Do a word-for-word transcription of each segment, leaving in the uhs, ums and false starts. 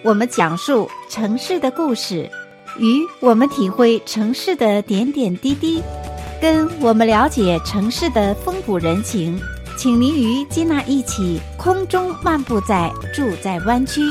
我们讲述城市的故事，与我们体会城市的点点滴滴，跟我们了解城市的风土人情。请您与金娜一起空中漫步在住在湾区。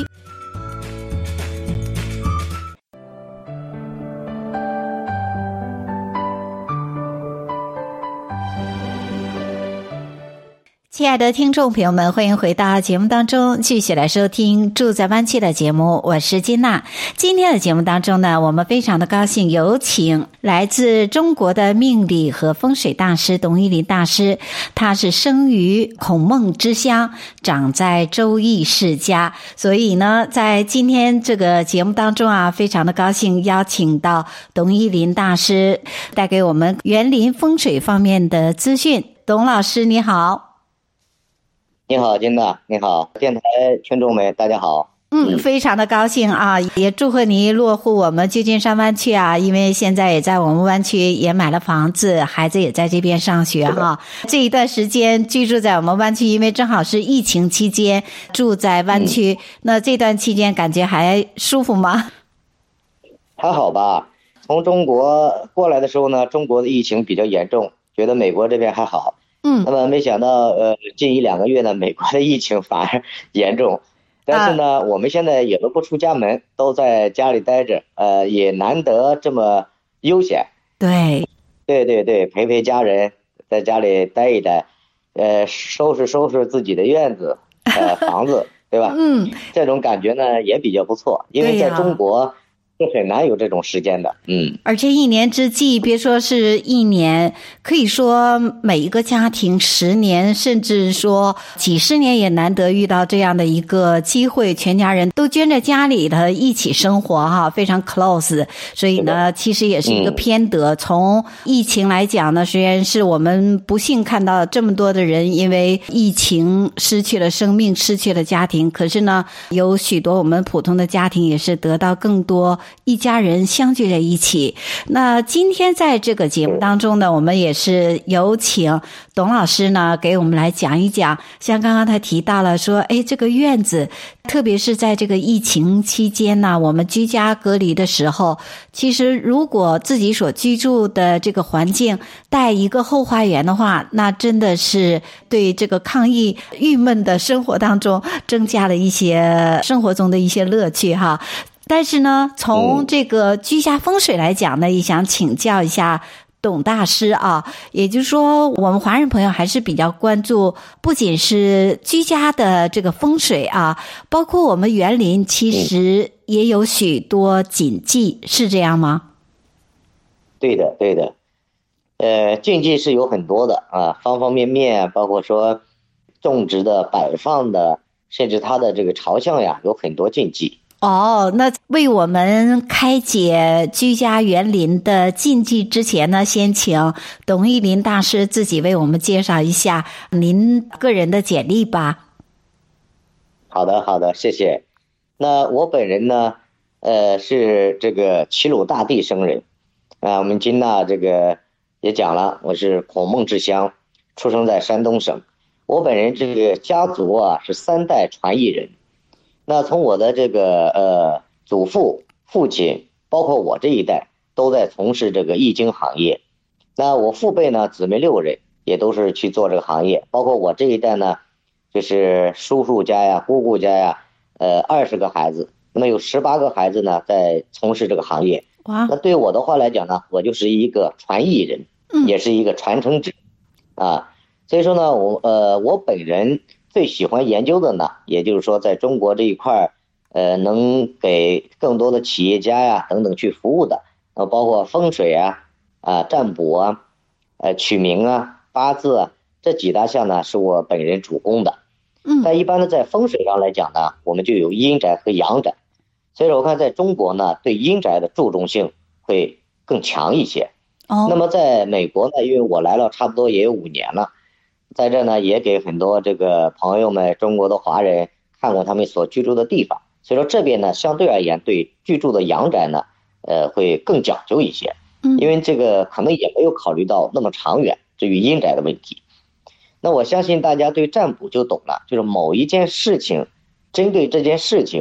亲爱的听众朋友们，欢迎回到节目当中，继续来收听住在湾区的节目，我是金娜。今天的节目当中呢，我们非常的高兴有请来自中国的命理和风水大师董一林大师，他是生于孔孟之乡，长在周易世家，所以呢在今天这个节目当中啊，非常的高兴邀请到董一林大师带给我们园林风水方面的资讯。董老师你好。 你好，金娜，你好，电台听众们，大家好。 嗯，非常的高兴啊，也祝贺你落户我们旧金山湾区啊，因为现在也在我们湾区也买了房子，孩子也在这边上学哈。这一段时间居住在我们湾区，因为正好是疫情期间住在湾区，嗯、那这段期间感觉还舒服吗？ 还好吧，从中国过来的时候呢，中国的疫情比较严重，觉得美国这边还好。嗯，那么没想到，呃，近一两个月呢，美国的疫情反而严重，但是呢，啊、我们现在也都不出家门，都在家里待着，呃，也难得这么悠闲。 对， 对对对，陪陪家人，在家里待一待，呃，收拾收拾自己的院子，呃，房子，对吧？嗯，这种感觉呢也比较不错，因为在中国。是很难有这种时间的，嗯， 而且一年之计，别说是一年，可以说每一个家庭十年，甚至说几十年也难得遇到这样的一个机会，全家人都捐着家里的一起生活哈，非常 close， 所以呢，其实也是一个偏得。嗯、从疫情来讲呢，虽然是我们不幸看到这么多的人因为疫情失去了生命，失去了家庭，可是呢，有许多我们普通的家庭也是得到更多。一家人相聚在一起。那今天在这个节目当中呢，我们也是有请董老师呢给我们来讲一讲，像刚刚他提到了说，哎，这个院子，特别是在这个疫情期间呢，我们居家隔离的时候，其实如果自己所居住的这个环境带一个后花园的话，那真的是对这个抗疫郁闷的生活当中增加了一些生活中的一些乐趣哈。但是呢，从这个居家风水来讲呢，也想请教一下董大师啊，也就是说，我们华人朋友还是比较关注，不仅是居家的这个风水啊，包括我们园林其实也有许多禁忌，是这样吗？ 对的，对的，呃，禁忌是有很多的啊，方方面面，包括说种植的、摆放的，甚至它的这个朝向呀，有很多禁忌。 哦，那为我们开解居家园林的禁忌之前呢，先请董一林大师自己为我们介绍一下您个人的简历吧。 好的，好的，谢谢。那我本人呢，呃，是这个齐鲁大地生人，啊、呃，我们金娜这个也讲了，我是孔孟之乡，出生在山东省。我本人这个家族啊是三代传艺人。那从我的这个呃祖父、父亲，包括我这一代，都在从事这个易经行业。那我父辈呢，姊妹六人也都是去做这个行业，包括我这一代呢，就是叔叔家呀、姑姑家呀，呃，二十个孩子，那么有十八个孩子呢在从事这个行业。哇！那对我的话来讲呢，我就是一个传艺人，也是一个传承者，嗯、啊。所以说呢，我呃我本人。最喜欢研究的呢，也就是说在中国这一块呃，能给更多的企业家呀等等去服务的，呃，包括风水啊、啊占卜啊、呃取名啊、八字啊这几大项呢，是我本人主攻的。嗯，但一般的在风水上来讲呢，我们就有阴宅和阳宅，所以说我看在中国呢，对阴宅的注重性会更强一些。哦，那么在美国呢，因为我来了差不多也有五年了。在这呢，也给很多这个朋友们，中国的华人看过他们所居住的地方，所以说这边呢，相对而言对居住的阳宅呢，呃，会更讲究一些，因为这个可能也没有考虑到那么长远，至于阴宅的问题。那我相信大家对占卜就懂了，就是某一件事情，针对这件事情，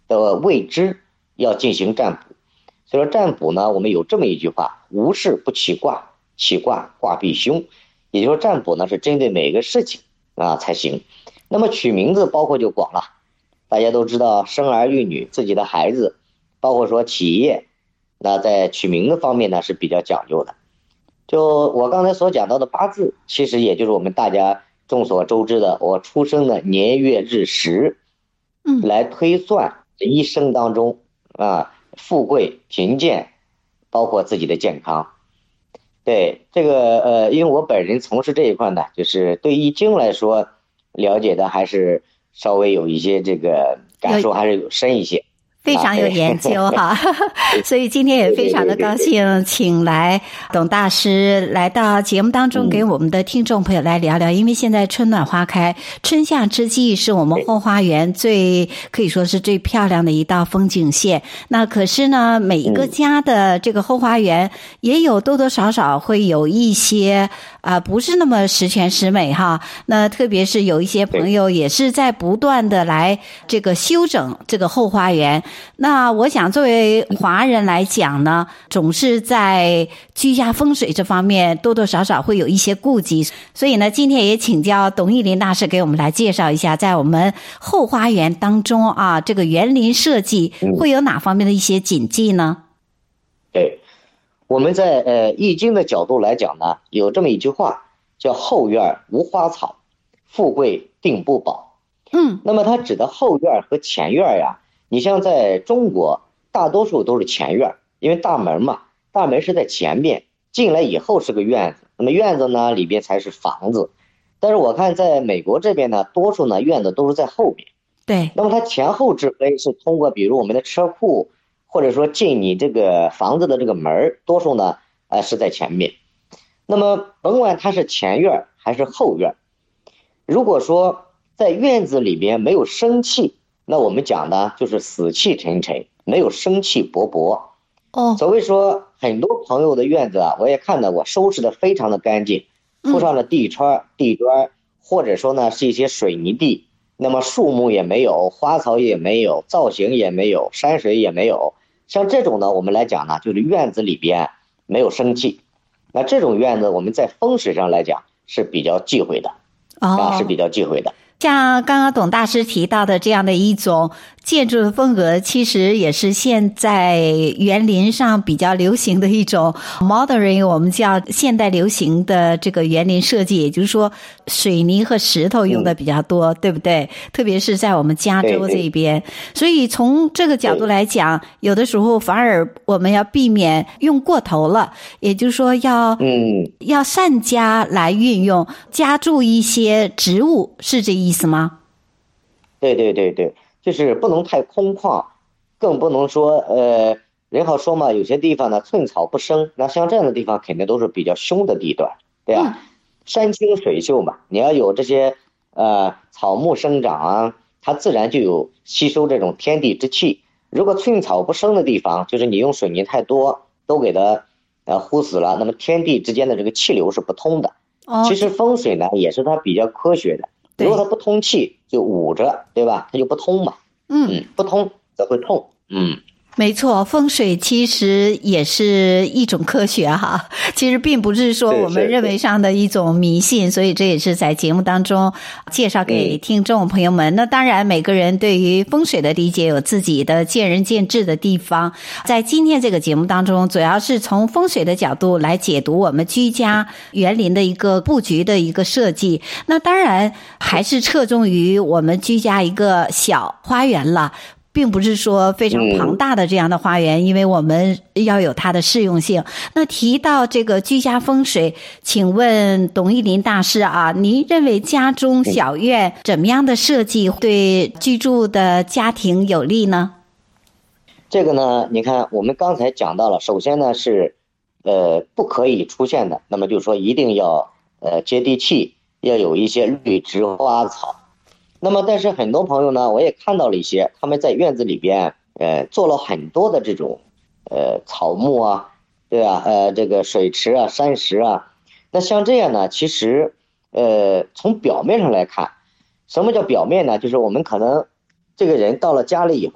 的位置要进行占卜。所以说占卜呢，我们有这么一句话：无事不起卦，起卦卦必凶。也就是说占卜呢是针对每个事情啊才行。那么取名字包括就广了，大家都知道生儿育女，自己的孩子，包括说企业，那在取名字方面呢是比较讲究的。就我刚才所讲到的八字，其实也就是我们大家众所周知的我出生的年月日时， 嗯， 来推算一生当中啊富贵贫贱，包括自己的健康。对这个呃，因为我本人从事这一块呢，就是对易经来说了解的还是稍微有一些这个感受还是有深一些。 非常有研究哈，所以今天也非常的高兴，请来董大师来到节目当中，给我们的听众朋友来聊聊。因为现在春暖花开，春夏之际是我们后花园最可以说是最漂亮的一道风景线。那可是呢，每一个家的这个后花园也有多多少少会有一些啊、呃，不是那么十全十美哈。那特别是有一些朋友也是在不断的来这个修整这个后花园。那我想作为华人来讲呢，总是在居家风水这方面多多少少会有一些顾忌，所以呢今天也请教董益林大师给我们来介绍一下，在我们后花园当中啊，这个园林设计会有哪方面的一些谨记呢？ 对，我们在呃易经的角度来讲呢，有这么一句话叫后院无花草，富贵定不保。 嗯， 那么它指的后院和前院呀，你像在中国大多数都是前院，因为大门嘛，大门是在前面，进来以后是个院子，那么院子呢里边才是房子。但是我看在美国这边呢，多数呢院子都是在后边。 对， 那么它前后之分是通过比如我们的车库，或者说进你这个房子的这个门，多数呢呃是在前面。那么甭管它是前院还是后院，如果说在院子里边没有生气，那我们讲的就是死气沉沉，没有生气勃勃。 哦， 所谓说很多朋友的院子啊，我也看到过，收拾的非常的干净，铺上了地砖、地砖，或者说呢是一些水泥地，那么树木也没有，花草也没有，造型也没有，山水也没有。像这种呢，我们来讲呢，就是院子里边没有生气。那这种院子我们在风水上来讲是比较忌讳的，啊，是比较忌讳的。 像刚刚董大师提到的这样的一种建筑的风格，其实也是现在园林上比较流行的一种 modern， 我们叫现代流行的这个园林设计，也就是说水泥和石头用的比较多，嗯、对不对？特别是在我们加州这边，对对，所以从这个角度来讲，有的时候反而我们要避免用过头了，也就是说要嗯要善加来运用，加注一些植物，是这意思吗？ 对对对对，就是不能太空旷，更不能说呃，人好说嘛，有些地方呢寸草不生，那像这样的地方肯定都是比较凶的地段，对吧？嗯、山清水秀嘛，你要有这些呃草木生长啊，它自然就有吸收这种天地之气。如果寸草不生的地方，就是你用水泥太多，都给它呃糊死了，那么天地之间的这个气流是不通的。哦、其实风水呢也是它比较科学的。如果它不通气，就捂着，对吧？它就不通嘛。嗯嗯，不通则会痛。嗯， 没错，风水其实也是一种科学哈，其实并不是说我们认为上的一种迷信，所以这也是在节目当中介绍给听众朋友们。嗯、那当然，每个人对于风水的理解有自己的见仁见智的地方。在今天这个节目当中，主要是从风水的角度来解读我们居家园林的一个布局的一个设计。那当然还是侧重于我们居家一个小花园了。并不是说非常庞大的这样的花园，嗯、因为我们要有它的适用性。那提到这个居家风水，请问董益林大师啊，您认为家中小院怎么样的设计对居住的家庭有利呢？ 这个呢，你看我们刚才讲到了，首先呢是呃不可以出现的，那么就是说一定要呃接地气，要有一些绿植花草。那么但是很多朋友呢，我也看到了一些，他们在院子里边呃做了很多的这种呃草木啊，对吧？呃这个水池啊、山石啊，那像这样呢，其实呃从表面上来看，什么叫表面呢？就是我们可能这个人到了家里以后，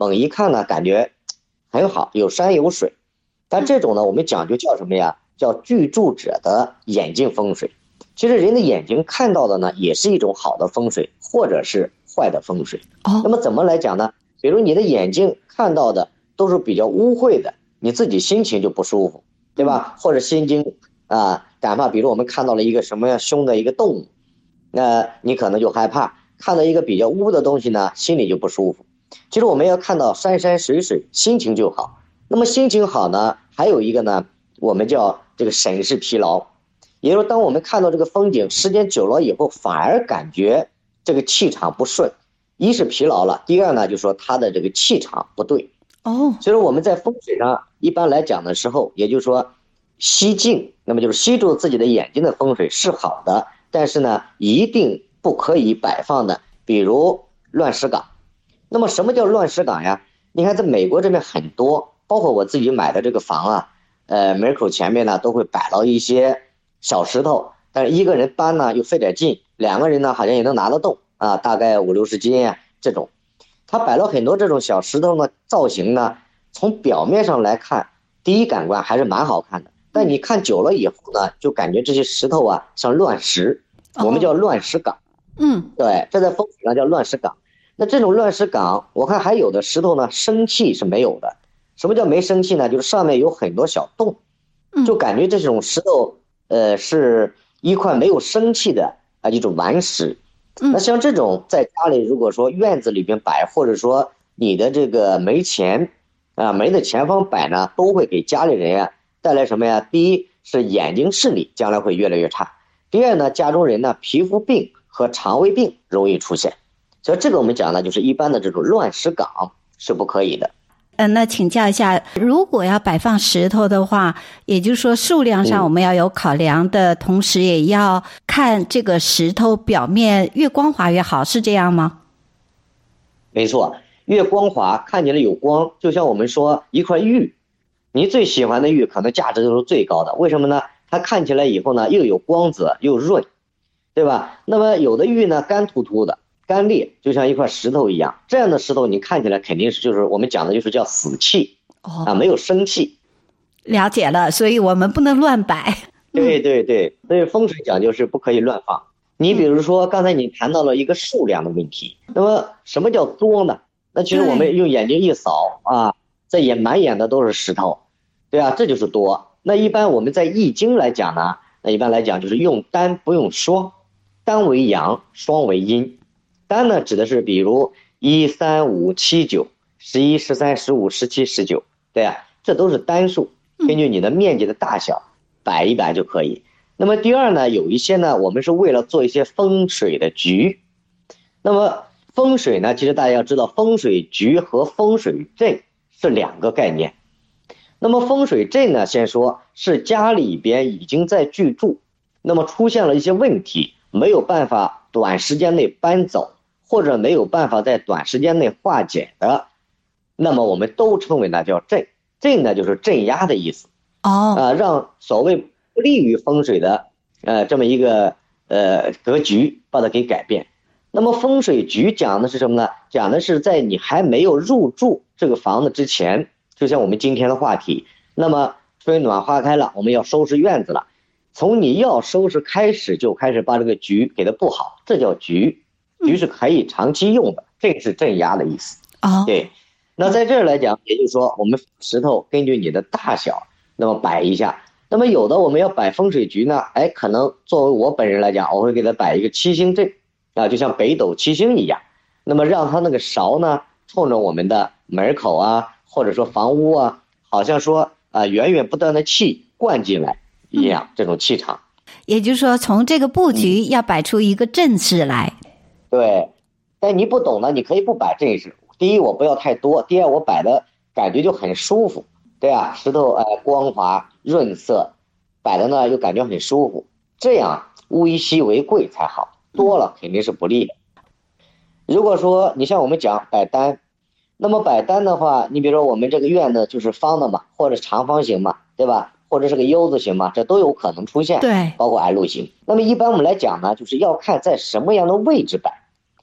猛一看呢，感觉很好，有山有水。但这种呢，我们讲究叫什么呀？叫居住者的眼睛风水。其实人的眼睛看到的呢，也是一种好的风水，或者是坏的风水。那么怎么来讲呢？比如你的眼睛看到的都是比较污秽的，你自己心情就不舒服，对吧？或者心经啊，哪怕比如我们看到了一个什么样凶的一个动物，那你可能就害怕；看到一个比较污的东西呢，心里就不舒服。其实我们要看到山山水水，心情就好。那么心情好呢，还有一个呢，我们叫这个审视疲劳。也就是说，当我们看到这个风景时间久了以后，反而感觉这个气场不顺。一是疲劳了，第二呢，就说他的这个气场不对。 哦， 所以说我们在风水上一般来讲的时候，也就是说吸镜，那么就是吸住自己的眼睛的风水是好的，但是呢，一定不可以摆放的，比如乱石岗。那么什么叫乱石岗呀？你看在美国这边很多，包括我自己买的这个房啊，呃，门口前面呢都会摆了一些小石头，但是一个人搬呢又费点劲，两个人呢好像也能拿得动啊，大概五六十斤啊这种。他摆了很多这种小石头呢，造型呢，从表面上来看，第一感官还是蛮好看的。但你看久了以后呢，就感觉这些石头啊像乱石，我们叫乱石岗。 嗯， 对，这在风水上叫乱石岗。那这种乱石岗，我看还有的石头呢，生气是没有的。什么叫没生气呢？就是上面有很多小洞，就感觉这种石头，呃，是一块没有生气的啊一种顽石。那像这种在家里，如果说院子里边摆，或者说你的这个门前啊门的前方摆呢，都会给家里人呀带来什么呀？第一是眼睛视力将来会越来越差，第二呢，家中人呢皮肤病和肠胃病容易出现。所以这个我们讲呢，就是一般的这种乱石岗是不可以的。 嗯、呃，那请教一下，如果要摆放石头的话，也就是说数量上我们要有考量的，嗯、同时也要看这个石头表面越光滑越好，是这样吗？ 没错，越光滑看起来有光，就像我们说一块玉，你最喜欢的玉可能价值都是最高的，为什么呢？它看起来以后呢又有光泽又润，对吧？那么有的玉呢干秃秃的干裂，就像一块石头一样，这样的石头你看起来肯定是就是我们讲的就是叫死气、哦、啊，没有生气。 了解了，所以我们不能乱摆。 对对对，所以风水讲究是不可以乱放。你比如说刚才你谈到了一个数量的问题，那么什么叫多呢？那其实我们用眼睛一扫啊，这也满眼的都是石头，对啊，这就是多。那一般我们在易经来讲呢，那一般来讲就是用单不用双，单为阳，双为阴。单呢指的是比如一三五七九十一十三十五十七十九，对啊，这都是单数，根据你的面积的大小摆一摆就可以。那么第二呢，有一些呢我们是为了做一些风水的局。那么风水呢，其实大家要知道，风水局和风水阵是两个概念。那么风水阵呢，先说是家里边已经在居住，那么出现了一些问题，没有办法短时间内搬走，或者没有办法在短时间内化解的，那么我们都称为呢叫镇。镇呢就是镇压的意思。 哦， 啊，让所谓不利于风水的呃这么一个呃格局把它给改变。那么风水局讲的是什么呢？讲的是在你还没有入住这个房子之前，就像我们今天的话题，那么春暖花开了，我们要收拾院子了，从你要收拾开始就开始把这个局给它布好，这叫局。局是可以长期用的，这是镇压的意思。 哦， 对。那在这儿来讲，也就是说我们石头根据你的大小那么摆一下。那么有的我们要摆风水局呢，哎，可能作为我本人来讲，我会给它摆一个七星阵啊，就像北斗七星一样，那么让它那个勺呢冲着我们的门口啊，或者说房屋啊，好像说啊源源不断的气灌进来一样，这种气场。 也就是说从这个布局要摆出一个阵势来。 嗯、对，但你不懂呢，你可以不摆阵势。第一我不要太多，第二我摆的感觉就很舒服，对啊，石头呃光滑润色，摆的呢又感觉很舒服，这样物以稀为贵才好，多了肯定是不利的。如果说你像我们讲摆单，那么摆单的话，你比如说我们这个院呢就是方的嘛，或者长方形嘛，对吧？或者是个 U 字形嘛，这都有可能出现， 对， 包括 L 型。那么一般我们来讲呢，就是要看在什么样的位置摆。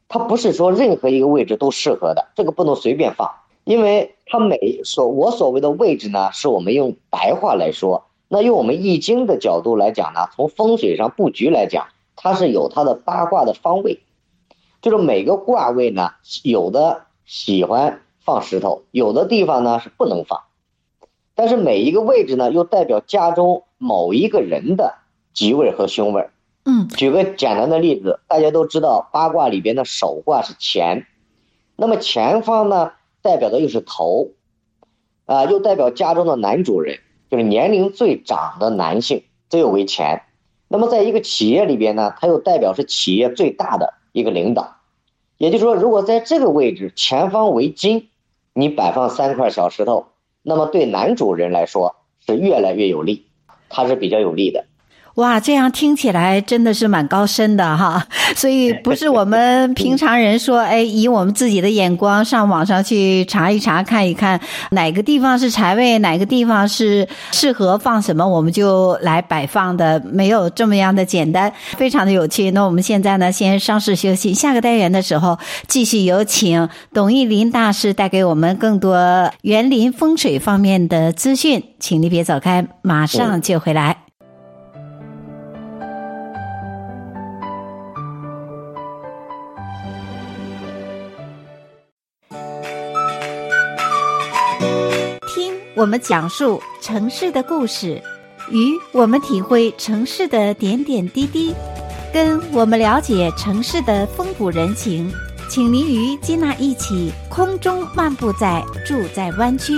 它不是说任何一个位置都适合的，这个不能随便放，因为它每所我所谓的位置呢，是我们用白话来说，那用我们易经的角度来讲呢，从风水上布局来讲，它是有它的八卦的方位，就是每个卦位呢，有的喜欢放石头，有的地方呢是不能放，但是每一个位置呢，又代表家中某一个人的吉位和凶位。 嗯， 举个简单的例子，大家都知道八卦里边的首卦是乾，那么前方呢代表的又是头，啊、呃，又代表家中的男主人，就是年龄最长的男性，这又为乾。那么在一个企业里边呢，它又代表是企业最大的一个领导。也就是说，如果在这个位置前方为金，你摆放三块小石头，那么对男主人来说是越来越有利，它是比较有利的。 哇，这样听起来真的是蛮高深的哈，所以不是我们平常人说，哎，以我们自己的眼光上网上去查一查，看一看哪个地方是财位，哪个地方是适合放什么，我们就来摆放的，没有这么样的简单，非常的有趣。那我们现在呢，先稍事休息，下个单元的时候，继续有请董益林大师带给我们更多园林风水方面的资讯，请你别走开，马上就回来。我们讲述城市的故事，与我们体会城市的点点滴滴，跟我们了解城市的风土人情，请您与金娜一起空中漫步在住在湾区。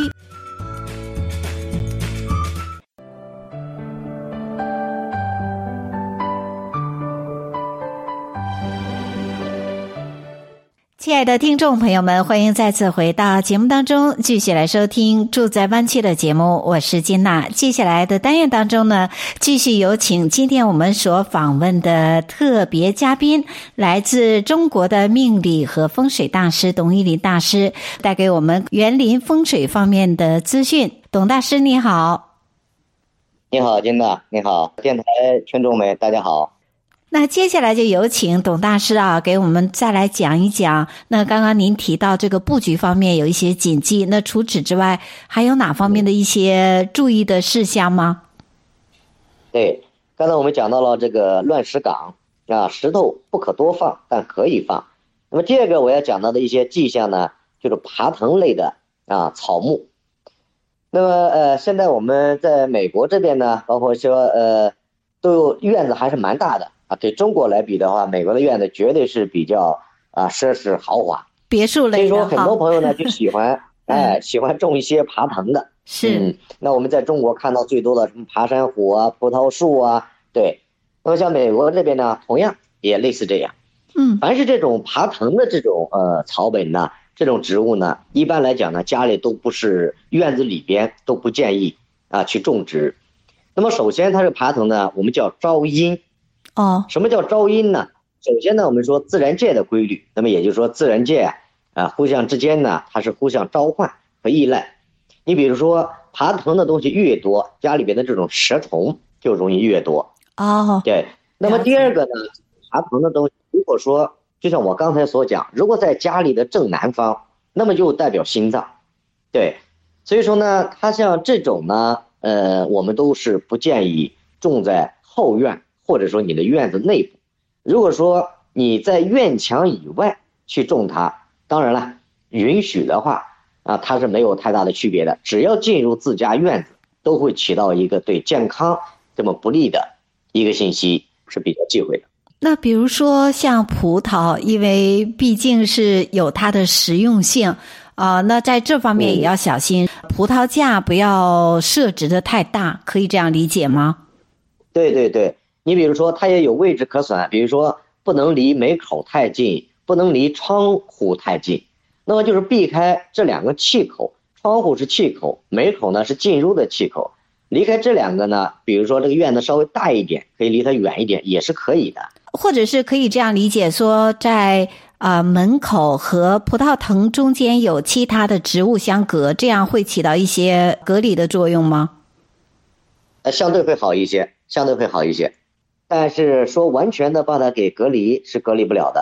亲爱的听众朋友们，欢迎再次回到节目当中，继续来收听住在湾区的节目，我是金娜。接下来的单元当中呢，继续有请今天我们所访问的特别嘉宾，来自中国的命理和风水大师董益林大师，带给我们园林风水方面的资讯。董大师你好。 你好金娜，你好电台听众们，大家好。 那接下来就有请董大师啊，给我们再来讲一讲。那刚刚您提到这个布局方面有一些谨记，那除此之外，还有哪方面的一些注意的事项吗？ 对，刚才我们讲到了这个乱石岗啊，石头不可多放，但可以放。那么第二个我要讲到的一些迹象呢，就是爬藤类的啊草木。那么呃，现在我们在美国这边呢，包括说呃，都有院子还是蛮大的。啊，对中国来比的话，美国的院子绝对是比较啊奢侈豪华， 别墅类的。 所以说很多朋友呢就喜欢，哎，喜欢种一些爬藤的。 是。 嗯，那我们在中国看到最多的什么爬山虎啊、葡萄树啊，对。那么像美国这边呢，同样也类似这样。 嗯， 凡是这种爬藤的这种呃草本呢，这种植物呢，一般来讲呢，家里都不是院子里边都不建议啊去种植。那么首先它是爬藤呢，我们叫招阴。 哦， 什么叫招阴呢？首先呢，我们说自然界的规律，那么也就是说自然界啊，啊互相之间呢，它是互相召唤和依赖。你比如说爬藤的东西越多，家里边的这种蛇虫就容易越多。 哦， 对。那么第二个呢，爬藤的东西，如果说就像我刚才所讲，如果在家里的正南方，那么就代表心脏。对。所以说呢，它像这种呢，呃，我们都是不建议种在后院。或者说你的院子内部，如果说你在院墙以外去种它，当然了，允许的话啊，它是没有太大的区别的。只要进入自家院子，都会起到一个对健康这么不利的一个信息，是比较忌讳的。 那比如说像葡萄，因为毕竟是有它的实用性啊、呃，那在这方面也要小心，嗯、葡萄架不要设置的太大，可以这样理解吗？ 对对对。你比如说它也有位置可选，比如说不能离门口太近，不能离窗户太近，那么就是避开这两个气口，窗户是气口，门口呢是进入的气口，离开这两个呢，比如说这个院子稍微大一点，可以离它远一点也是可以的。 或者是可以这样理解说，在呃门口和葡萄藤中间有其他的植物相隔，这样会起到一些隔离的作用吗？ 呃，相对会好一些，相对会好一些。但是说完全的把它给隔离是隔离不了的，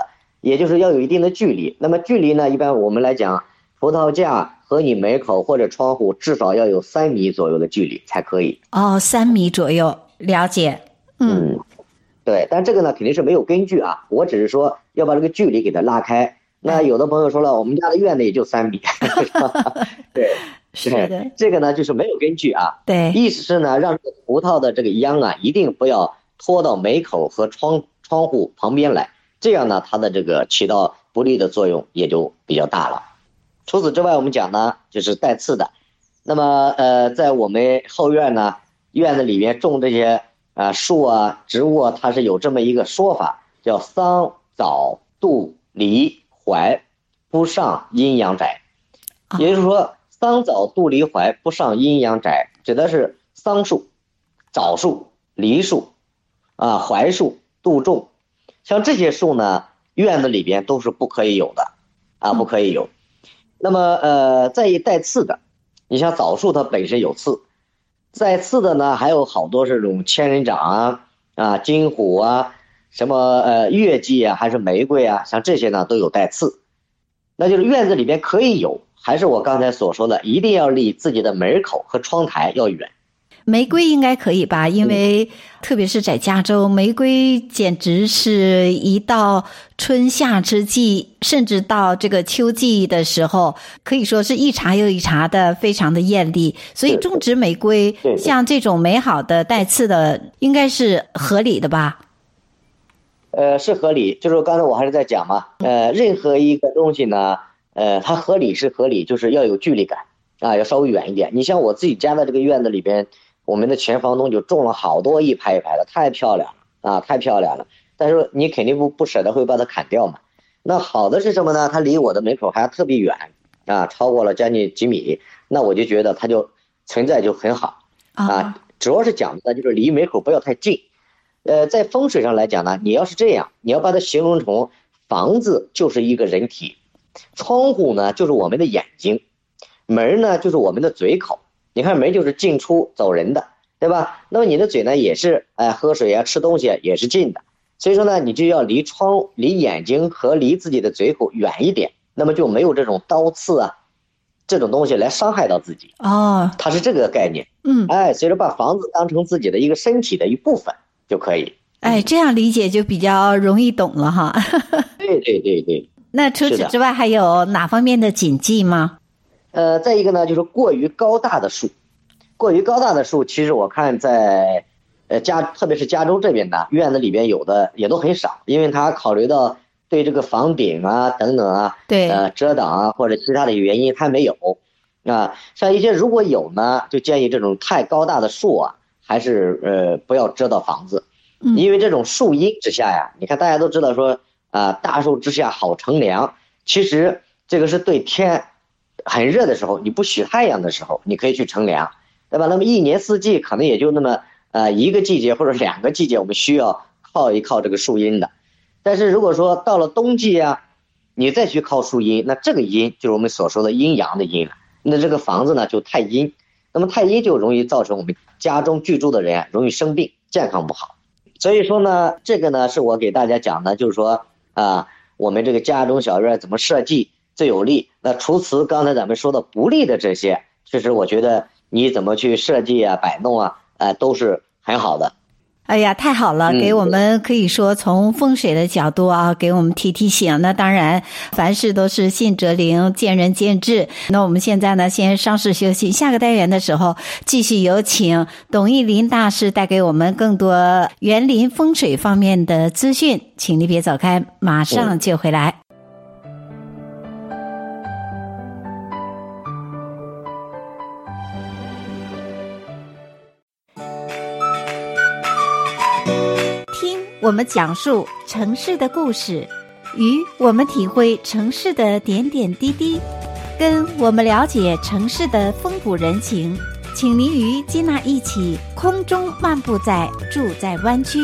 也就是要有一定的距离。那么距离呢，一般我们来讲，葡萄架和你门口或者窗户至少要有三米左右的距离才可以。 哦，三米左右，了解。嗯， 嗯，对，但这个呢肯定是没有根据啊，我只是说要把这个距离给它拉开。那有的朋友说了，我们家的院子也就三米，是吧？对， 是的， 这个呢就是没有根据啊。 对， 意思是呢，让这个葡萄的这个秧啊，一定不要拖到门口和窗窗户旁边来，这样呢，它的这个起到不利的作用也就比较大了。除此之外，我们讲呢，就是带刺的。那么呃，在我们后院呢，院子里面种这些啊、呃、树啊、植物啊，它是有这么一个说法，叫桑枣杜梨槐不上阴阳宅。也就是说，桑枣杜梨槐不上阴阳宅，指的是桑树、枣树、梨树啊、槐树、杜仲，像这些树呢，院子里边都是不可以有的啊，不可以有。那么呃，再一带刺的，你像枣树它本身有刺，带刺的呢还有好多这种仙人掌啊、啊金虎啊、什么呃月季啊，还是玫瑰啊，像这些呢都有带刺。那就是院子里边可以有，还是我刚才所说的，一定要离自己的门口和窗台要远。 玫瑰应该可以吧？因为特别是在加州，玫瑰简直是一到春夏之际，甚至到这个秋季的时候，可以说是一茬又一茬的，非常的艳丽。所以种植玫瑰，像这种美好的带刺的，应该是合理的吧？ 呃，是合理，就是刚才我还是在讲嘛，呃，任何一个东西呢，呃，它合理是合理，就是要有距离感啊，要稍微远一点。你像我自己家的这个院子里边，我们的前房东就种了好多一排一排的，太漂亮了啊，太漂亮了。但是你肯定不不舍得会把它砍掉嘛。那好的是什么呢？它离我的门口还特别远啊，超过了将近几米，那我就觉得它就存在就很好啊。主要是讲的就是离门口不要太近。呃，在风水上来讲呢，你要是这样，你要把它形容成房子就是一个人体，窗户呢就是我们的眼睛，门呢就是我们的嘴口。你看门就是进出走人的，对吧？那么你的嘴呢也是，哎、呃，喝水啊、吃东西啊也是进的。所以说呢，你就要离窗、离眼睛和离自己的嘴口远一点，那么就没有这种刀刺啊这种东西来伤害到自己。 哦， 它是这个概念。 嗯， 哎，所以说把房子当成自己的一个身体的一部分就可以。 哎，这样理解就比较容易懂了哈。 对对对对。 那除此之外还有哪方面的禁忌吗？ 呃，再一个呢，就是过于高大的树，过于高大的树，其实我看在呃加，特别是加州这边的院子里边有的也都很少，因为它考虑到对这个房顶啊等等啊， 对， 呃遮挡啊或者其他的原因，它没有啊。像一些如果有呢，就建议这种太高大的树啊，还是呃不要遮到房子。因为这种树荫之下呀，你看大家都知道说啊、呃，大树之下好乘凉。其实这个是对天很热的时候，你不许太阳的时候，你可以去乘凉，对吧？那么一年四季可能也就那么呃一个季节或者两个季节，我们需要靠一靠这个树荫的。但是如果说到了冬季啊，你再去靠树荫，那这个阴就是我们所说的阴阳的阴了。那这个房子呢就太阴，那么太阴就容易造成我们家中居住的人容易生病，健康不好。所以说呢，这个呢是我给大家讲的，就是说啊，我们这个家中小院怎么设计最有利。那除此刚才咱们说的不利的这些，其实我觉得你怎么去设计啊、摆弄啊，呃，都是很好的。 哎呀，太好了，给我们可以说从风水的角度啊，给我们提提醒。那当然，凡事都是信则灵，见仁见智。那我们现在呢，先稍事休息，下个单元的时候，继续有请董益林大师带给我们更多园林风水方面的资讯，请你别走开，马上就回来。我们讲述城市的故事，与我们体会城市的点点滴滴，跟我们了解城市的风土人情。请您与吉娜一起空中漫步在住在湾区。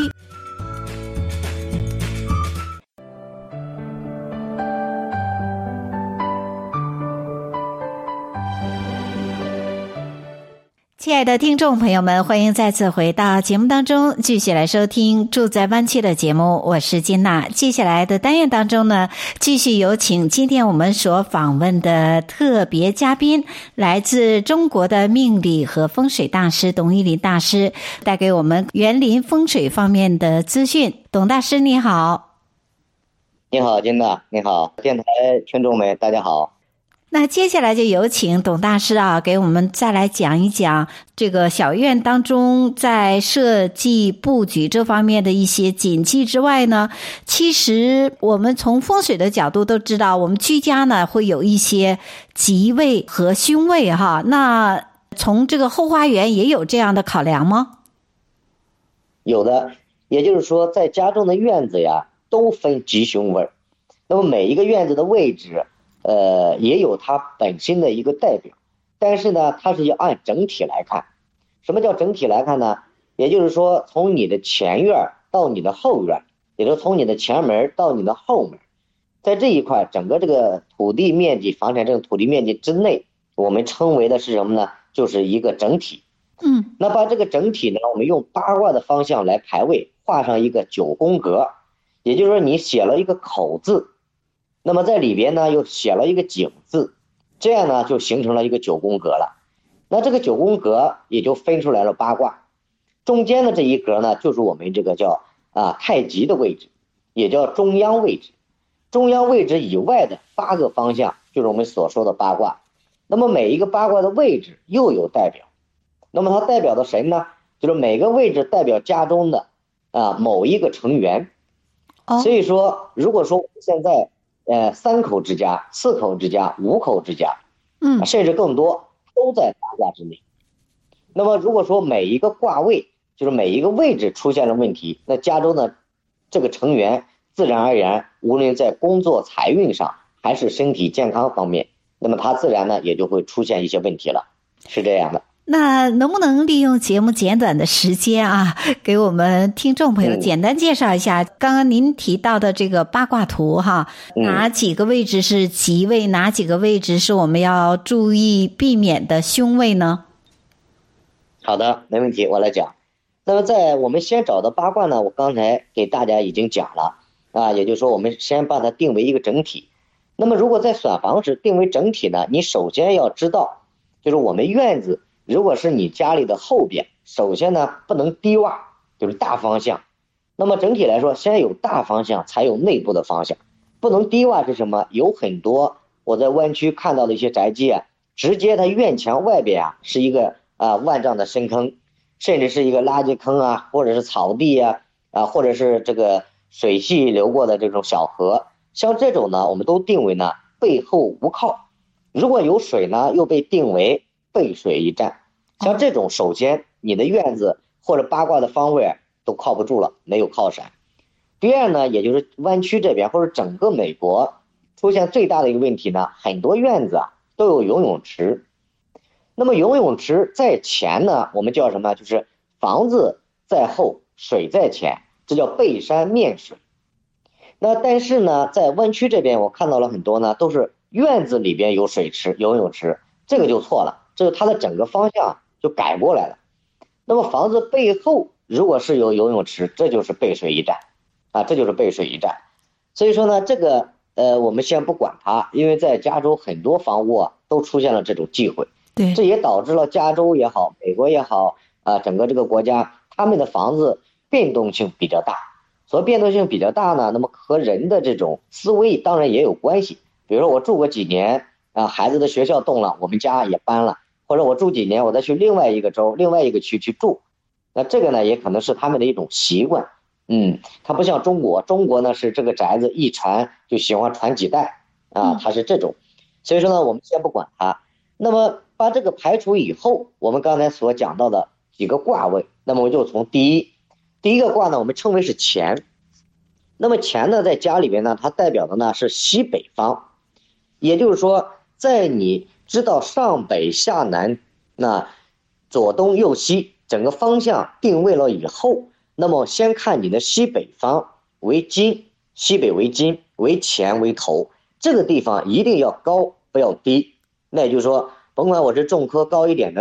亲爱的听众朋友们，欢迎再次回到节目当中，继续来收听住在湾区的节目，我是金娜。接下来的单元当中呢，继续有请今天我们所访问的特别嘉宾，来自中国的命理和风水大师董一林大师，带给我们园林风水方面的资讯。董大师你好。 你好，金娜，你好，电台听众们大家好。 那接下来就有请董大师啊，给我们再来讲一讲这个小院当中在设计布局这方面的一些谨记之外呢，其实我们从风水的角度都知道，我们居家呢会有一些吉位和凶位哈。那从这个后花园也有这样的考量吗？ 有的，也就是说在家中的院子呀都分吉凶位，那么每一个院子的位置呃，也有它本身的一个代表，但是呢，它是要按整体来看。什么叫整体来看呢？也就是说，从你的前院到你的后院，也就是从你的前门到你的后门，在这一块整个这个土地面积、房产证土地面积之内，我们称为的是什么呢？就是一个整体。 嗯， 那把这个整体呢，我们用八卦的方向来排位，画上一个九宫格，也就是说，你写了一个口字。那么在里边呢又写了一个井字，这样呢就形成了一个九宫格了。那这个九宫格也就分出来了八卦，中间的这一格呢就是我们这个叫啊太极的位置，也叫中央位置。中央位置以外的八个方向就是我们所说的八卦。那么每一个八卦的位置又有代表，那么它代表的谁呢？就是每个位置代表家中的啊某一个成员。所以说如果说我们现在呃，三口之家、四口之家、五口之家， 嗯， 甚至更多，都在八卦之内。那么，如果说每一个卦位，就是每一个位置出现了问题，那家中的这个成员，自然而然，无论在工作、财运上，还是身体健康方面，那么他自然呢，也就会出现一些问题了，是这样的。 那能不能利用节目简短的时间啊，给我们听众朋友简单介绍一下刚刚您提到的这个八卦图哈，哪几个位置是吉位，哪几个位置是我们要注意避免的凶位呢？ 好的，没问题，我来讲。那么在我们先找的八卦呢，我刚才给大家已经讲了啊，也就是说我们先把它定为一个整体。那么如果在选房时定为整体呢，你首先要知道，就是我们院子如果是你家里的后边，首先呢不能低洼，就是大方向。那么整体来说，先有大方向才有内部的方向，不能低洼是什么？有很多我在湾区看到的一些宅基啊，直接它院墙外边啊是一个啊万丈的深坑，甚至是一个垃圾坑啊，或者是草地啊，啊或者是这个水系流过的这种小河，像这种呢我们都定为呢背后无靠。如果有水呢，又被定为背水一战。像这种，首先你的院子或者八卦的方位都靠不住了，没有靠山。第二呢，也就是湾区这边或者整个美国出现最大的一个问题呢，很多院子啊都有游泳池。那么游泳池在前呢，我们叫什么？就是房子在后，水在前，这叫背山面水。那但是呢，在湾区这边我看到了很多呢，都是院子里边有水池、游泳池，这个就错了，这个它的整个方向就改过来了。那么房子背后如果是有游泳池，这就是背水一战啊，这就是背水一战。所以说呢，这个呃，我们先不管它，因为在加州很多房屋啊都出现了这种忌讳， 对， 这也导致了加州也好，美国也好啊，整个这个国家他们的房子变动性比较大。所以变动性比较大呢，那么和人的这种思维当然也有关系。比如说我住过几年啊，孩子的学校动了，我们家也搬了，或者我住几年，我再去另外一个州、另外一个区去住，那这个呢也可能是他们的一种习惯。嗯，它不像中国，中国呢是这个宅子一传就喜欢传几代啊，它是这种。所以说呢，我们先不管它。那么把这个排除以后，我们刚才所讲到的几个卦位，那么我就从第一。第一个卦呢，我们称为是乾。那么乾呢，在家里边呢，它代表的呢是西北方，也就是说，在你知道上北下南、那左东右西整个方向定位了以后，那么先看你的西北方为金，西北为金，为乾为头，这个地方一定要高，不要低。那也就是说，甭管我是种棵高一点的树，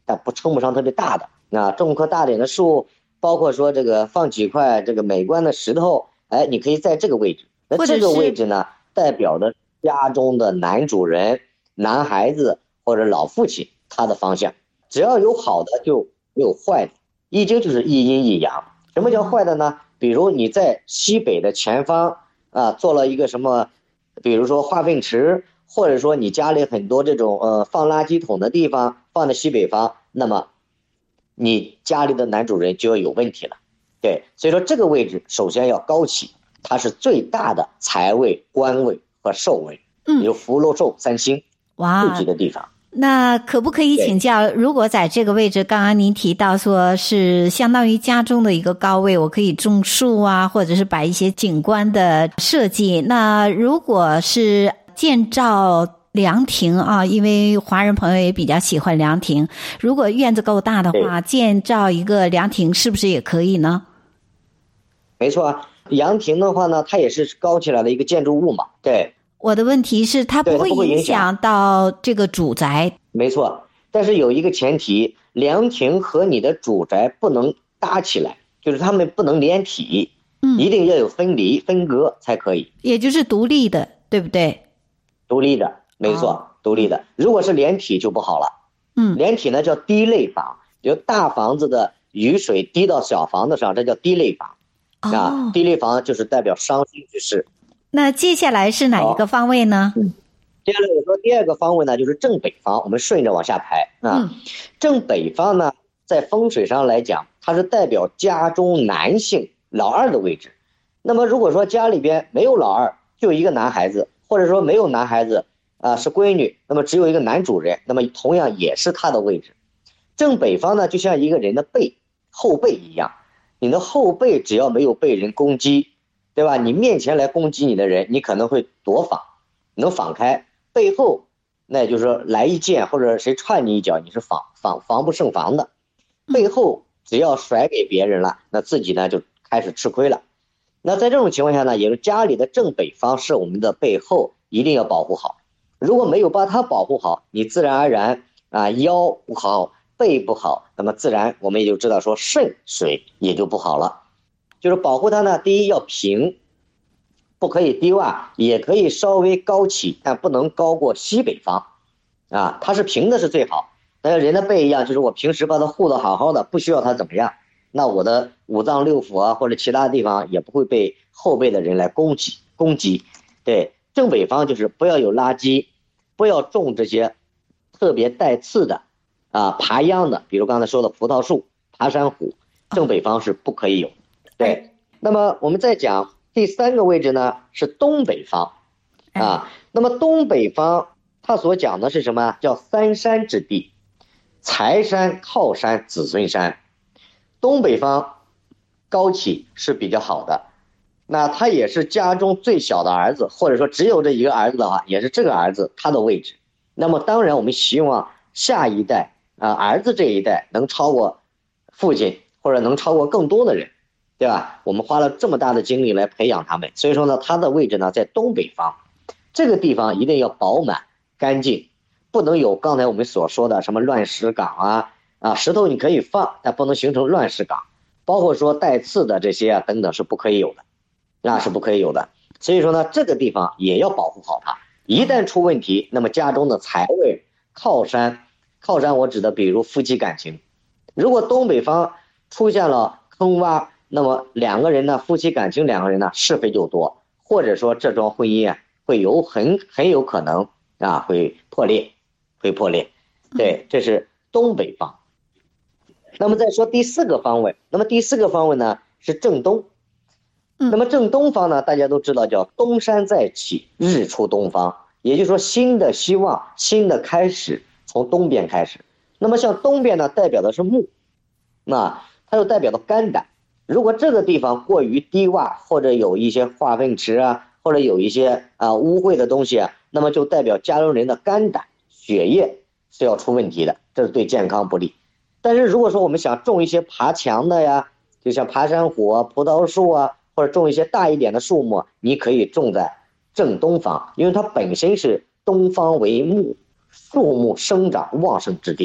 但不称不上特别大的。那种棵大点的树，包括说这个放几块这个美观的石头，哎，你可以在这个位置。那这个位置呢，代表的家中的男主人、男孩子或者老父亲他的方向。只要有好的就没有坏的，易经就是一阴一阳。什么叫坏的呢？比如你在西北的前方啊，做了一个什么，比如说化粪池，或者说你家里很多这种呃放垃圾桶的地方放在西北方，那么你家里的男主人就要有问题了。对，所以说这个位置首先要高起，它是最大的财位、官位和寿位，嗯，有福禄寿三星聚集的地方。 那可不可以请教，如果在这个位置，刚刚您提到说是相当于家中的一个高位，我可以种树啊，或者是摆一些景观的设计。那如果是建造凉亭啊，因为华人朋友也比较喜欢凉亭，如果院子够大的话，建造一个凉亭是不是也可以呢？ 没错啊，凉亭的话呢，它也是高起来的一个建筑物嘛。对。 我的问题是它不会影响到这个主宅。 没错，但是有一个前提，凉亭和你的主宅不能搭起来，就是他们不能连体，嗯，一定要有分离分隔才可以， 也就是独立的，对不对？ 独立的，没错，哦，独立的。如果是连体就不好了。嗯，连体呢叫滴泪房，就大房子的雨水滴到小房子上，这叫滴泪房。哦，啊，滴泪房就是代表伤心之事。 那接下来是哪一个方位呢？ 嗯，接下来我说第二个方位呢，就是正北方。我们顺着往下排啊。嗯，正北方呢，在风水上来讲，它是代表家中男性老二的位置。那么如果说家里边没有老二，就一个男孩子，或者说没有男孩子啊，是闺女，那么只有一个男主人，那么同样也是他的位置。正北方呢，就像一个人的背后背一样，你的后背只要没有被人攻击，对吧？你面前来攻击你的人，你可能会躲防，能防开；背后，那就是说来一剑或者谁踹你一脚，你是防防防不胜防的。背后只要甩给别人了，那自己呢就开始吃亏了。那在这种情况下呢，也是家里的正北方是我们的背后，一定要保护好。如果没有把它保护好，你自然而然啊腰不好，背不好，那么自然我们也就知道说肾水也就不好了。就是保护它呢，第一要平，不可以低洼，也可以稍微高起，但不能高过西北方啊，它是平的是最好。那人的背一样，就是我平时把它护得好好的，不需要它怎么样，那我的五脏六腑啊或者其他地方也不会被后背的人来攻击攻击。对，正北方就是不要有垃圾，不要种这些特别带刺的啊爬秧的，比如刚才说的葡萄树、爬山虎，正北方是不可以有。对，那么我们再讲第三个位置呢，是东北方啊。那么东北方它所讲的是什么？叫三山之地，财山、靠山、子孙山。东北方高起是比较好的，那他也是家中最小的儿子，或者说只有这一个儿子的话，也是这个儿子他的位置。那么当然我们希望下一代啊，儿子这一代能超过父亲，或者能超过更多的人，对吧？我们花了这么大的精力来培养他们，所以说呢，他的位置呢在东北方，这个地方一定要饱满干净，不能有刚才我们所说的什么乱石岗啊啊，石头你可以放，但不能形成乱石岗，包括说带刺的这些啊等等是不可以有的，那是不可以有的。所以说呢，这个地方也要保护好它，一旦出问题，那么家中的财位、靠山，靠山我指的比如夫妻感情，如果东北方出现了坑洼，那么两个人呢，夫妻感情两个人呢是非就多，或者说这桩婚姻啊会有很很有可能啊会破裂，会破裂。对，这是东北方。那么再说第四个方位，那么第四个方位呢是正东。那么正东方呢，大家都知道叫东山再起，日出东方，也就是说新的希望、新的开始从东边开始。那么像东边呢，代表的是木，那它又代表的肝胆。如果这个地方过于低洼，或者有一些化粪池啊，或者有一些啊污秽的东西啊，那么就代表家中人的肝胆血液是要出问题的，这是对健康不利。但是如果说我们想种一些爬墙的呀，就像爬山虎啊、葡萄树啊，或者种一些大一点的树木，你可以种在正东方，因为它本身是东方为木，树木生长旺盛之地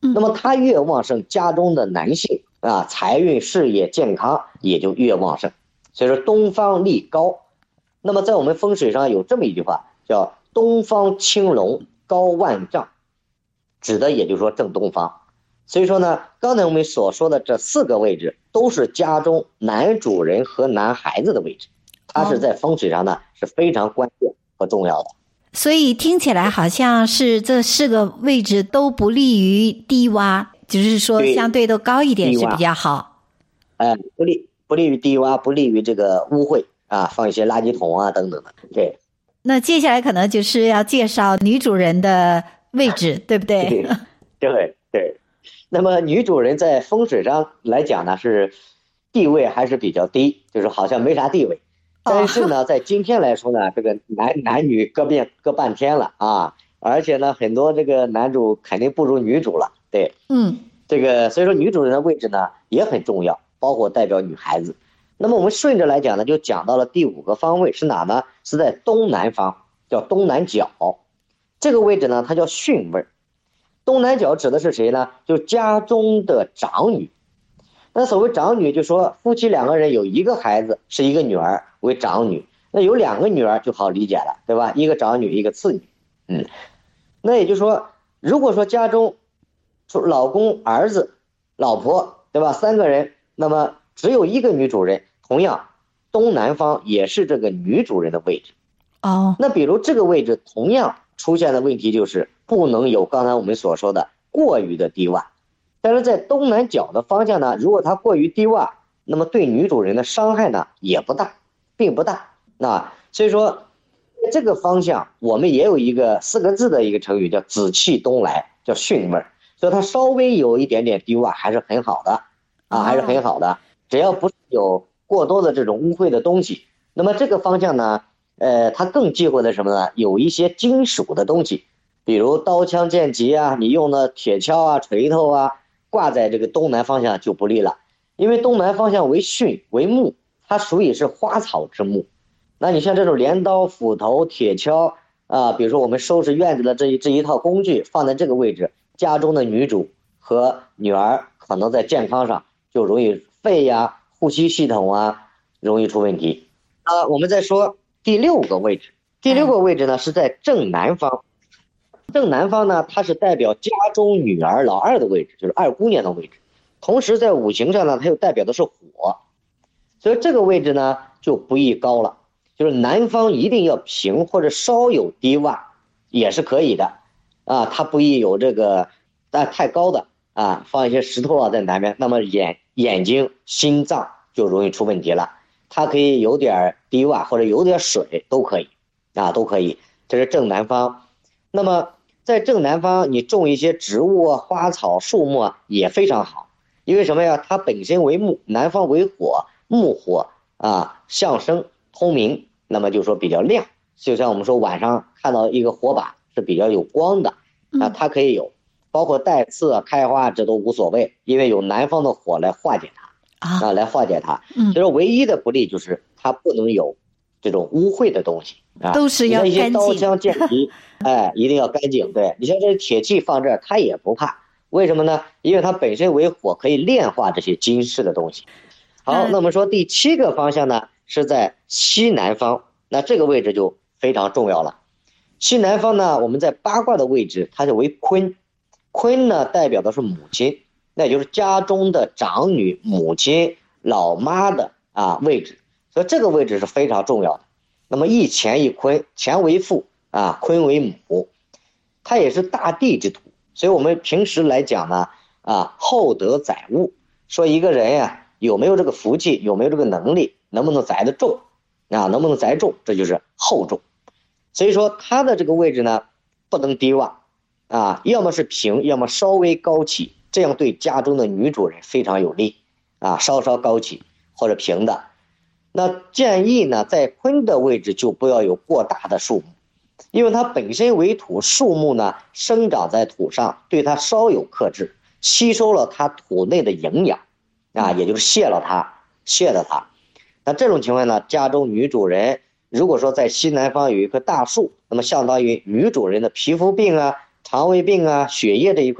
那么它越旺盛，家中的男性啊，财运、事业、健康也就越旺盛。所以说东方立高。那么在我们风水上有这么一句话，叫东方青龙高万丈，指的也就是说正东方。所以说呢，刚才我们所说的这四个位置都是家中男主人和男孩子的位置，它是在风水上呢是非常关键和重要的。 所以听起来好像是这四个位置都不利于低洼，就是说相对都高一点是比较好。 呃，不利不利于低洼，不利于这个污秽啊，放一些垃圾桶啊等等的。对。 那接下来可能就是要介绍女主人的位置，对不对？ 对对。那么女主人在风水上来讲呢，是地位还是比较低，就是好像没啥地位。但是呢，在今天来说呢，这个男男女各变各半天了啊，而且呢，很多这个男主肯定不如女主了，对， 嗯， 这个所以说女主人的位置呢也很重要，包括代表女孩子。那么我们顺着来讲呢，就讲到了第五个方位是哪呢？是在东南方，叫东南角。这个位置呢，它叫巽位。东南角指的是谁呢？就家中的长女。那所谓长女，就说夫妻两个人有一个孩子是一个女儿为长女，那有两个女儿就好理解了，对吧？一个长女，一个次女。嗯，那也就是说，如果说家中老公、儿子、老婆，对吧？三个人，那么只有一个女主人，同样东南方也是这个女主人的位置。 哦， 那比如这个位置同样出现的问题就是不能有刚才我们所说的过于的低洼。但是在东南角的方向呢，如果它过于低洼，那么对女主人的伤害呢也不大，并不大。那所以说这个方向我们也有一个四个字的一个成语叫紫气东来，叫巽位，所以它稍微有一点点低洼还是很好的啊，还是很好的，只要不是有过多的这种污秽的东西。那么这个方向呢，呃，它更忌讳的什么呢？有一些金属的东西，比如刀枪剑戟啊，你用的铁锹啊、锤头啊，挂在这个东南方向就不利了，因为东南方向为巽为木，它属于是花草之木。那你像这种镰刀、斧头、铁锹啊，比如说我们收拾院子的这一这一套工具放在这个位置，家中的女主和女儿可能在健康上就容易肺呀、呼吸系统啊容易出问题。啊，我们再说第六个位置，第六个位置呢是在正南方。正南方呢，它是代表家中女儿老二的位置，就是二姑娘的位置。同时在五行上呢，它又代表的是火，所以这个位置呢就不宜高了。就是南方一定要平或者稍有低洼也是可以的啊，它不宜有这个但太高的啊，放一些石头啊在南边，那么眼眼睛、心脏就容易出问题了。它可以有点低洼或者有点水都可以啊，都可以。这是正南方。那么在正南方你种一些植物啊、花草、树木啊也非常好，因为什么呀？它本身为木，南方为火，木火啊相生通明，那么就说比较亮，就像我们说晚上看到一个火把是比较有光的啊，它可以有，包括带刺啊、开花这都无所谓，因为有南方的火来化解它啊，来化解它。所以说唯一的不利就是它不能有这种污秽的东西啊， 都是要干净。 一些刀枪剑戟，哎，一定要干净。对，你像这铁器放这儿，它也不怕，为什么呢？因为它本身为火，可以炼化这些金饰的东西。好，那我们说第七个方向呢？是在西南方，那这个位置就非常重要了。西南方呢，我们在八卦的位置，它就为坤，坤呢代表的是母亲，那也就是家中的长女、母亲、老妈的啊位置，所以这个位置是非常重要的。那么一乾一坤，乾为父啊，坤为母，它也是大地之土，所以我们平时来讲呢，啊厚德载物，说一个人呀、啊、有没有这个福气，有没有这个能力。能不能载得重啊？能不能载重？这就是厚重。所以说它的这个位置呢，不能低洼啊，要么是平，要么稍微高起，这样对家中的女主人非常有利啊，稍稍高起或者平的。那建议呢，在坤的位置就不要有过大的树木，因为它本身为土，树木呢生长在土上，对它稍有克制，吸收了它土内的营养啊，也就是泄了它，泄了它。那这种情况呢，家中女主人如果说在西南方有一棵大树，那么相当于女主人的皮肤病啊、肠胃病啊、血液这一块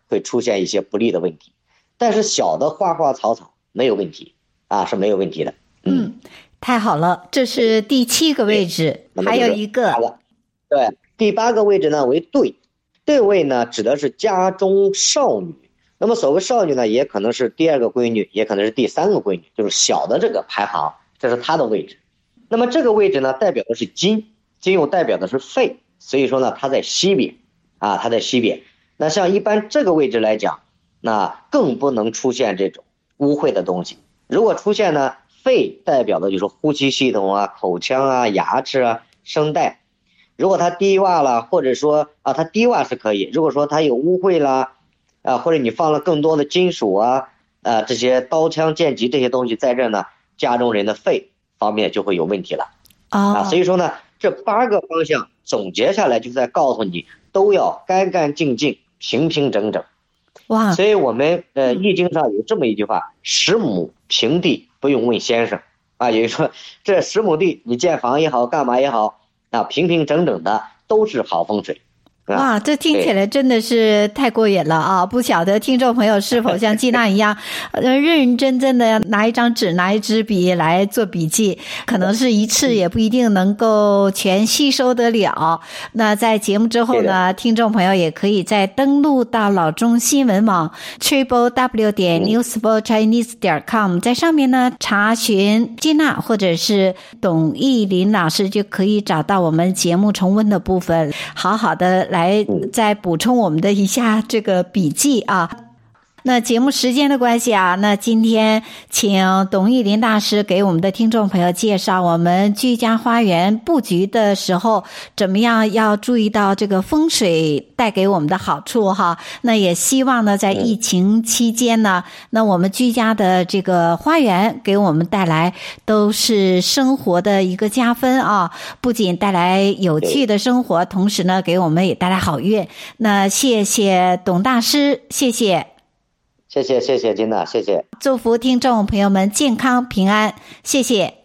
会出现一些不利的问题。但是小的花花草草没有问题啊，是没有问题的。 嗯，嗯太好了，这是第七个位置，还有一个。 对，第八个位置呢为对，对位呢指的是家中少女。那么所谓少女呢，也可能是第二个闺女，也可能是第三个闺女，就是小的这个排行，这是她的位置。那么这个位置呢，代表的是金，金又代表的是肺，所以说呢，它在西边啊，它在西边。那像一般这个位置来讲，那更不能出现这种污秽的东西。如果出现呢，肺代表的就是呼吸系统啊、口腔啊、牙齿啊、声带。如果它低洼了，或者说啊，它低洼是可以。如果说它有污秽啦，啊，或者你放了更多的金属啊，啊，这些刀枪剑戟这些东西在这呢，家中人的肺方面就会有问题了。啊，所以说呢，这八个方向总结下来，就在告诉你，都要干干净净、平平整整。 哇！ 所以我们呃《易经》上有这么一句话：“十亩平地不用问先生。”啊，也就是说，这十亩地你建房也好，干嘛也好。啊，平平整整的都是好风水。 哇，这听起来真的是太过瘾了啊！不晓得听众朋友是否像季娜一样，呃，认认真真的拿一张纸、拿一支笔来做笔记，可能是一次也不一定能够全吸收得了。那在节目之后呢，听众朋友也可以再登录到老中新闻网 triple w 点 news for chinese 点 com， 在上面呢查询季娜或者是董意林老师，就可以找到我们节目重温的部分，好好的来来再补充我们的一下这个笔记啊。那节目时间的关系啊，那今天请董意林大师给我们的听众朋友介绍我们居家花园布局的时候怎么样要注意到这个风水带给我们的好处哈。那也希望呢在疫情期间呢，那我们居家的这个花园给我们带来都是生活的一个加分啊，不仅带来有趣的生活，同时呢给我们也带来好运。那谢谢董大师，谢谢。 谢谢谢谢金娜，谢谢。 祝福听众朋友们健康平安，谢谢。